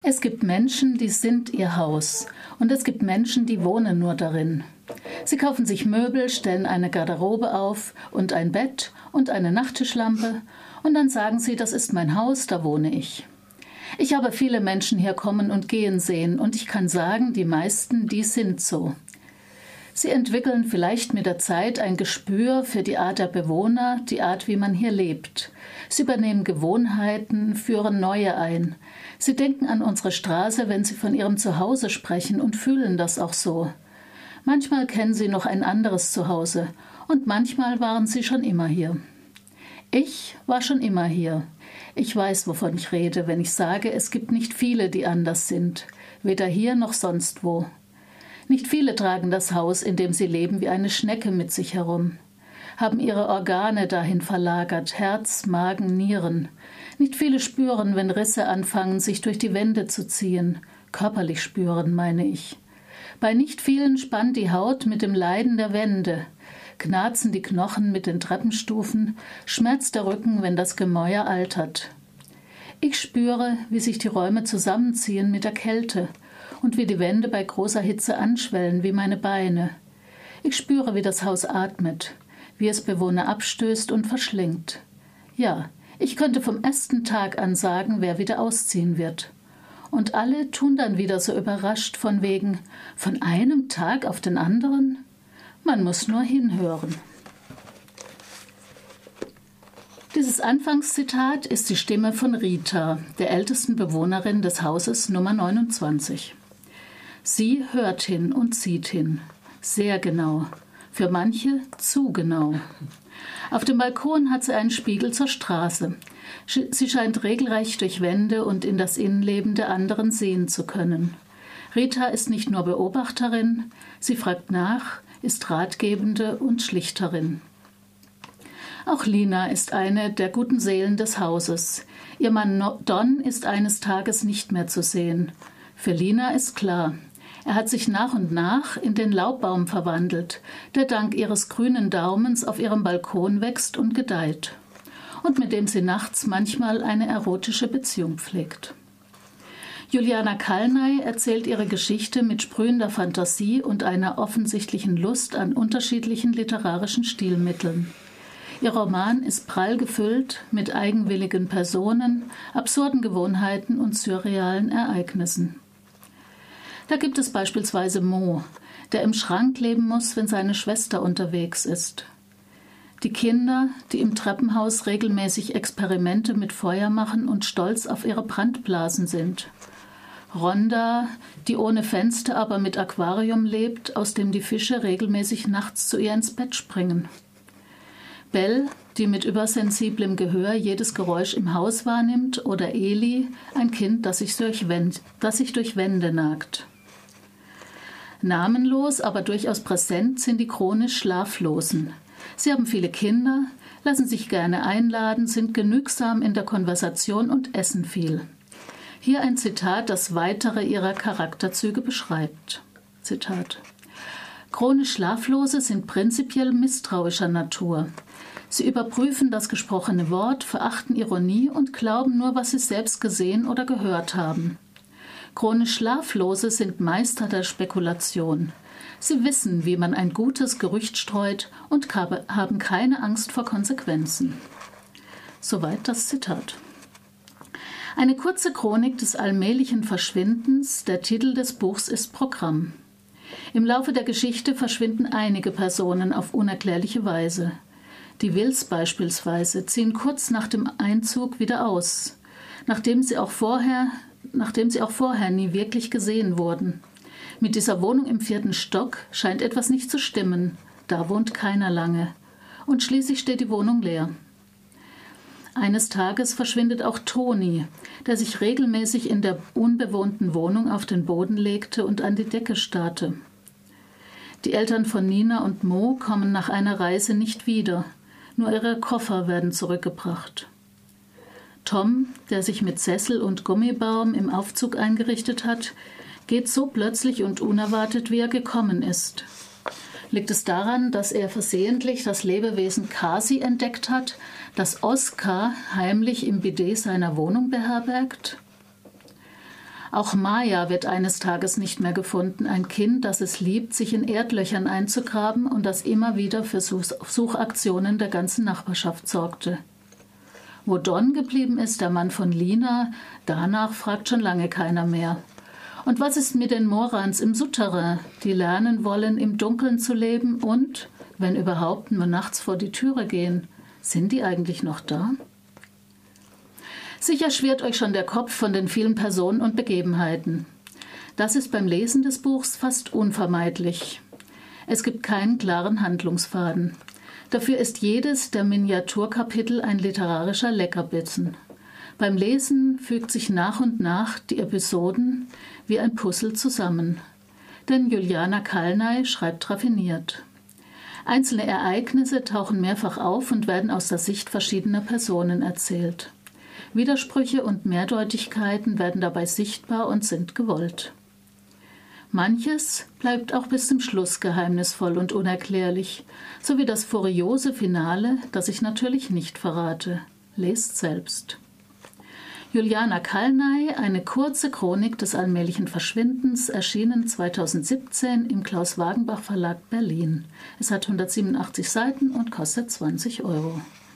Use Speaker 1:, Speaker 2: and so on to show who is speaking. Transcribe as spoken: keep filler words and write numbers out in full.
Speaker 1: Es gibt Menschen, die sind ihr Haus, und es gibt Menschen, die wohnen nur darin. Sie kaufen sich Möbel, stellen eine Garderobe auf und ein Bett und eine Nachttischlampe, und dann sagen sie, das ist mein Haus, da wohne ich. Ich habe viele Menschen hier kommen und gehen sehen, und ich kann sagen, die meisten, die sind so. Sie entwickeln vielleicht mit der Zeit ein Gespür für die Art der Bewohner, die Art, wie man hier lebt. Sie übernehmen Gewohnheiten, führen neue ein. Sie denken an unsere Straße, wenn sie von ihrem Zuhause sprechen, und fühlen das auch so. Manchmal kennen sie noch ein anderes Zuhause, und manchmal waren sie schon immer hier. Ich war schon immer hier. Ich weiß, wovon ich rede, wenn ich sage, es gibt nicht viele, die anders sind, weder hier noch sonst wo. Nicht viele tragen das Haus, in dem sie leben, wie eine Schnecke mit sich herum, haben ihre Organe dahin verlagert, Herz, Magen, Nieren. Nicht viele spüren, wenn Risse anfangen, sich durch die Wände zu ziehen. Körperlich spüren, meine ich. Bei nicht vielen spannt die Haut mit dem Leiden der Wände, knarzen die Knochen mit den Treppenstufen, schmerzt der Rücken, wenn das Gemäuer altert. Ich spüre, wie sich die Räume zusammenziehen mit der Kälte und wie die Wände bei großer Hitze anschwellen wie meine Beine. Ich spüre, wie das Haus atmet, wie es Bewohner abstößt und verschlingt. Ja, ich könnte vom ersten Tag an sagen, wer wieder ausziehen wird. Und alle tun dann wieder so überrascht von wegen, von einem Tag auf den anderen? Man muss nur hinhören. Dieses Anfangszitat ist die Stimme von Rita, der ältesten Bewohnerin des Hauses Nummer neunundzwanzig. Sie hört hin und sieht hin. Sehr genau. Für manche zu genau. Auf dem Balkon hat sie einen Spiegel zur Straße. Sie scheint regelrecht durch Wände und in das Innenleben der anderen sehen zu können. Rita ist nicht nur Beobachterin, sie fragt nach, ist Ratgebende und Schlichterin. Auch Lina ist eine der guten Seelen des Hauses. Ihr Mann Don ist eines Tages nicht mehr zu sehen. Für Lina ist klar, er hat sich nach und nach in den Laubbaum verwandelt, der dank ihres grünen Daumens auf ihrem Balkon wächst und gedeiht und mit dem sie nachts manchmal eine erotische Beziehung pflegt. Juliana Kalnay erzählt ihre Geschichte mit sprühender Fantasie und einer offensichtlichen Lust an unterschiedlichen literarischen Stilmitteln. Ihr Roman ist prall gefüllt mit eigenwilligen Personen, absurden Gewohnheiten und surrealen Ereignissen. Da gibt es beispielsweise Mo, der im Schrank leben muss, wenn seine Schwester unterwegs ist. Die Kinder, die im Treppenhaus regelmäßig Experimente mit Feuer machen und stolz auf ihre Brandblasen sind. Rhonda, die ohne Fenster, aber mit Aquarium lebt, aus dem die Fische regelmäßig nachts zu ihr ins Bett springen. Belle, die mit übersensiblem Gehör jedes Geräusch im Haus wahrnimmt, oder Eli, ein Kind, das sich durch Wände, das sich durch Wände nagt. Namenlos, aber durchaus präsent sind die chronisch Schlaflosen. Sie haben viele Kinder, lassen sich gerne einladen, sind genügsam in der Konversation und essen viel. Hier ein Zitat, das weitere ihrer Charakterzüge beschreibt. Zitat: Chronisch Schlaflose sind prinzipiell misstrauischer Natur. Sie überprüfen das gesprochene Wort, verachten Ironie und glauben nur, was sie selbst gesehen oder gehört haben. Chronisch Schlaflose sind Meister der Spekulation. Sie wissen, wie man ein gutes Gerücht streut und haben keine Angst vor Konsequenzen. Soweit das Zitat. Eine kurze Chronik des allmählichen Verschwindens, der Titel des Buchs ist Programm. Im Laufe der Geschichte verschwinden einige Personen auf unerklärliche Weise. Die Wills beispielsweise ziehen kurz nach dem Einzug wieder aus, nachdem sie auch vorher, nachdem sie auch vorher nie wirklich gesehen wurden. Mit dieser Wohnung im vierten Stock scheint etwas nicht zu stimmen. Da wohnt keiner lange. Und schließlich steht die Wohnung leer. Eines Tages verschwindet auch Toni, der sich regelmäßig in der unbewohnten Wohnung auf den Boden legte und an die Decke starrte. Die Eltern von Nina und Mo kommen nach einer Reise nicht wieder. Nur ihre Koffer werden zurückgebracht. Tom, der sich mit Sessel und Gummibaum im Aufzug eingerichtet hat, geht so plötzlich und unerwartet, wie er gekommen ist. Liegt es daran, dass er versehentlich das Lebewesen Kasi entdeckt hat, das Oskar heimlich im Bidet seiner Wohnung beherbergt? Auch Maya wird eines Tages nicht mehr gefunden, ein Kind, das es liebt, sich in Erdlöchern einzugraben und das immer wieder für Suchaktionen der ganzen Nachbarschaft sorgte. Wo Don geblieben ist, der Mann von Lina, danach fragt schon lange keiner mehr. Und was ist mit den Morans im Souterrain, die lernen wollen, im Dunkeln zu leben und, wenn überhaupt, nur nachts vor die Türe gehen? Sind die eigentlich noch da? Sicher schwirrt euch schon der Kopf von den vielen Personen und Begebenheiten. Das ist beim Lesen des Buchs fast unvermeidlich. Es gibt keinen klaren Handlungsfaden. Dafür ist jedes der Miniaturkapitel ein literarischer Leckerbissen. Beim Lesen fügt sich nach und nach die Episoden wie ein Puzzle zusammen. Denn Juliana Kalnay schreibt raffiniert. Einzelne Ereignisse tauchen mehrfach auf und werden aus der Sicht verschiedener Personen erzählt. Widersprüche und Mehrdeutigkeiten werden dabei sichtbar und sind gewollt. Manches bleibt auch bis zum Schluss geheimnisvoll und unerklärlich, so wie das furiose Finale, das ich natürlich nicht verrate. Lest selbst. Juliana Kalnay, eine kurze Chronik des allmählichen Verschwindens, erschienen zweitausendsiebzehn im Klaus Wagenbach Verlag Berlin. Es hat hundertsiebenundachtzig Seiten und kostet zwanzig Euro.